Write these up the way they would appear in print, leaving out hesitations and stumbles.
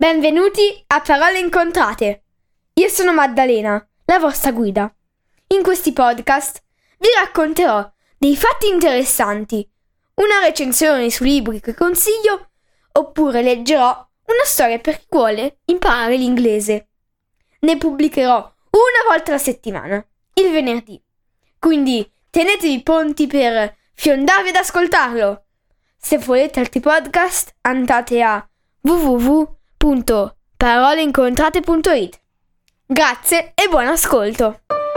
Benvenuti a Parole Incontrate. Io sono Maddalena, la vostra guida. In questi podcast vi racconterò dei fatti interessanti, una recensione su libri che consiglio, oppure leggerò una storia per chi vuole imparare l'inglese. Ne pubblicherò una volta alla settimana, il venerdì. Quindi tenetevi pronti per fiondarvi ad ascoltarlo. Se volete altri podcast, andate a www.paroleincontrate.it. Grazie e buon ascolto!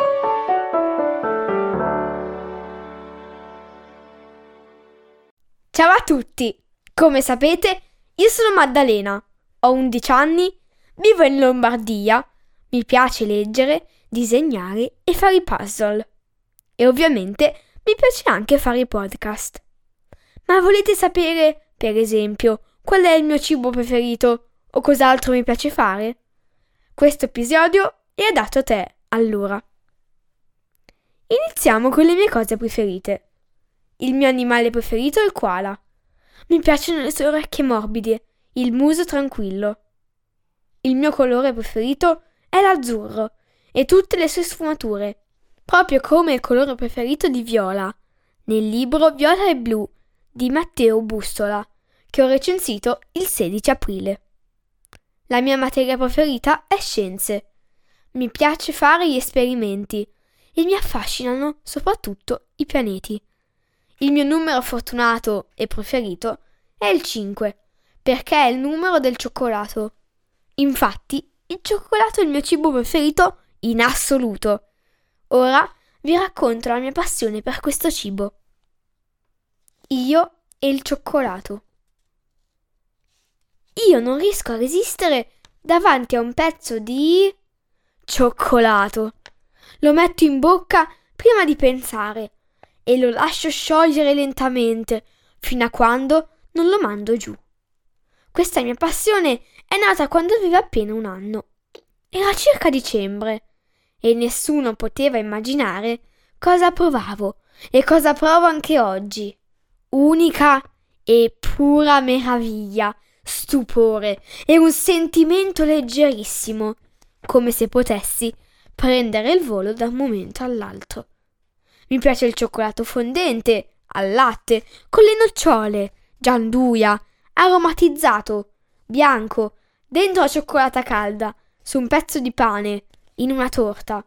Ciao a tutti! Come sapete, io sono Maddalena, ho 11 anni, vivo in Lombardia, mi piace leggere, disegnare e fare i puzzle. E ovviamente mi piace anche fare i podcast. Ma volete sapere, per esempio, qual è il mio cibo preferito o cos'altro mi piace fare? Questo episodio è adatto a te, allora. Iniziamo con le mie cose preferite. Il mio animale preferito è il koala. Mi piacciono le sue orecchie morbide, il muso tranquillo. Il mio colore preferito è l'azzurro e tutte le sue sfumature, proprio come il colore preferito di Viola, nel libro Viola e Blu di Matteo Bussola, che ho recensito il 16 aprile. La mia materia preferita è scienze. Mi piace fare gli esperimenti e mi affascinano soprattutto i pianeti. Il mio numero fortunato e preferito è il 5, perché è il numero del cioccolato. Infatti, il cioccolato è il mio cibo preferito in assoluto. Ora vi racconto la mia passione per questo cibo. Io e il cioccolato. Io non riesco a resistere davanti a un pezzo di cioccolato. Lo metto in bocca prima di pensare e lo lascio sciogliere lentamente fino a quando non lo mando giù. Questa mia passione è nata quando avevo appena un anno. Era circa dicembre e nessuno poteva immaginare cosa provavo e cosa provo anche oggi. Unica e pura meraviglia, stupore e un sentimento leggerissimo, come se potessi prendere il volo da un momento all'altro. Mi piace il cioccolato fondente, al latte, con le nocciole, gianduia, aromatizzato, bianco, dentro la cioccolata calda, su un pezzo di pane, in una torta.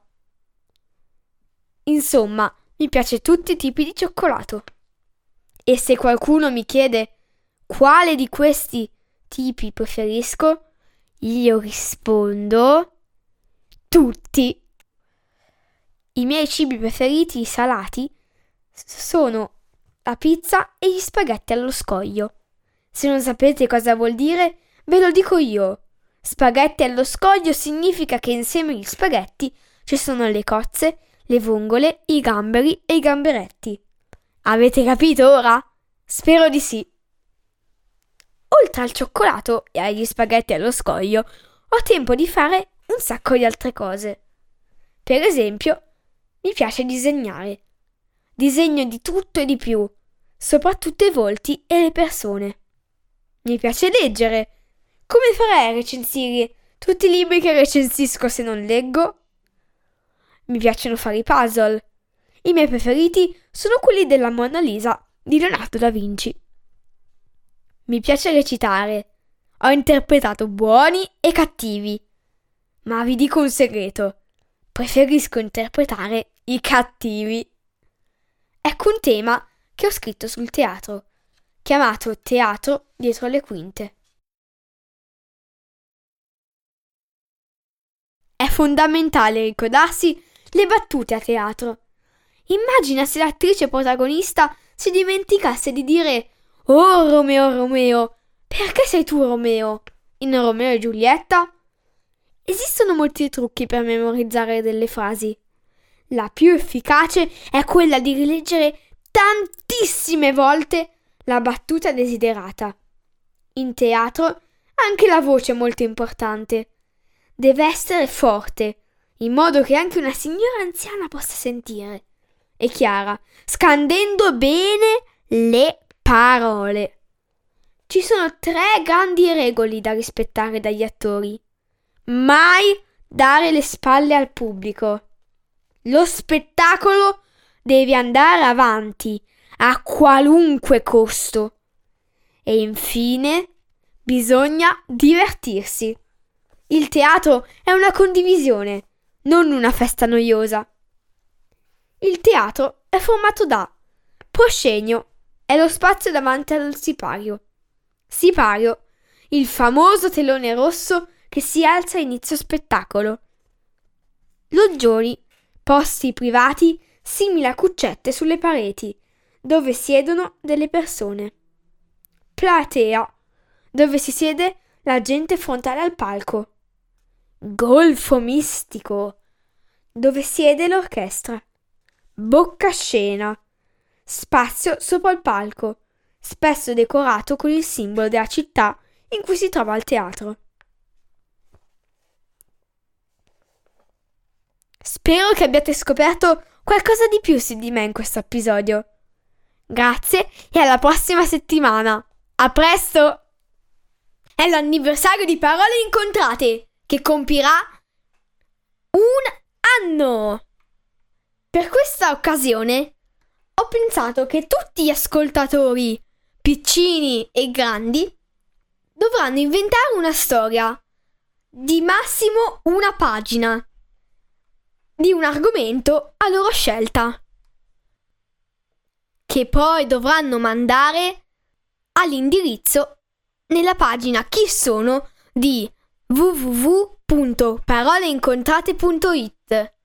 Insomma, mi piace tutti i tipi di cioccolato. E se qualcuno mi chiede quale di questi tipi preferisco, io rispondo tutti. I miei cibi preferiti salati sono la pizza e gli spaghetti allo scoglio. Se non sapete cosa vuol dire, ve lo dico io. Spaghetti allo scoglio significa che insieme agli spaghetti ci sono le cozze, le vongole, i gamberi e i gamberetti. Avete capito ora? Spero di sì. Oltre al cioccolato e agli spaghetti allo scoglio, ho tempo di fare un sacco di altre cose. Per esempio, mi piace disegnare. Disegno di tutto e di più, soprattutto i volti e le persone. Mi piace leggere. Come farei a recensire tutti i libri che recensisco se non leggo? Mi piacciono fare i puzzle. I miei preferiti sono quelli della Mona Lisa di Leonardo da Vinci. Mi piace recitare. Ho interpretato buoni e cattivi. Ma vi dico un segreto. Preferisco interpretare i cattivi. Ecco un tema che ho scritto sul teatro, chiamato Teatro dietro le quinte. È fondamentale ricordarsi le battute a teatro. Immagina se l'attrice protagonista si dimenticasse di dire «Oh Romeo, Romeo, perché sei tu Romeo?» in Romeo e Giulietta. Esistono molti trucchi per memorizzare delle frasi. La più efficace è quella di rileggere tantissime volte la battuta desiderata. In teatro anche la voce è molto importante. Deve essere forte, in modo che anche una signora anziana possa sentire. E chiara, scandendo bene le parole. ci sono 3 grandi regole da rispettare dagli attori. Mai dare le spalle al pubblico. Lo spettacolo deve andare avanti a qualunque costo. E infine bisogna divertirsi. Il teatro è una condivisione, non una festa noiosa. Il teatro è formato da proscenio, è lo spazio davanti al sipario. Sipario, il famoso telone rosso che si alza a inizio spettacolo. Loggioni, posti privati simili a cuccette sulle pareti, dove siedono delle persone. Platea, dove si siede la gente frontale al palco. Golfo mistico, dove siede l'orchestra. Boccascena, spazio sopra il palco, spesso decorato con il simbolo della città in cui si trova il teatro. Spero che abbiate scoperto qualcosa di più su di me in questo episodio. Grazie e alla prossima settimana. A presto! È l'anniversario di Parole Incontrate, che compirà 1 anno! Per questa occasione ho pensato che tutti gli ascoltatori, piccini e grandi, dovranno inventare una storia di massimo 1 pagina di un argomento a loro scelta, che poi dovranno mandare all'indirizzo nella pagina Chi sono di www.paroleincontrate.it.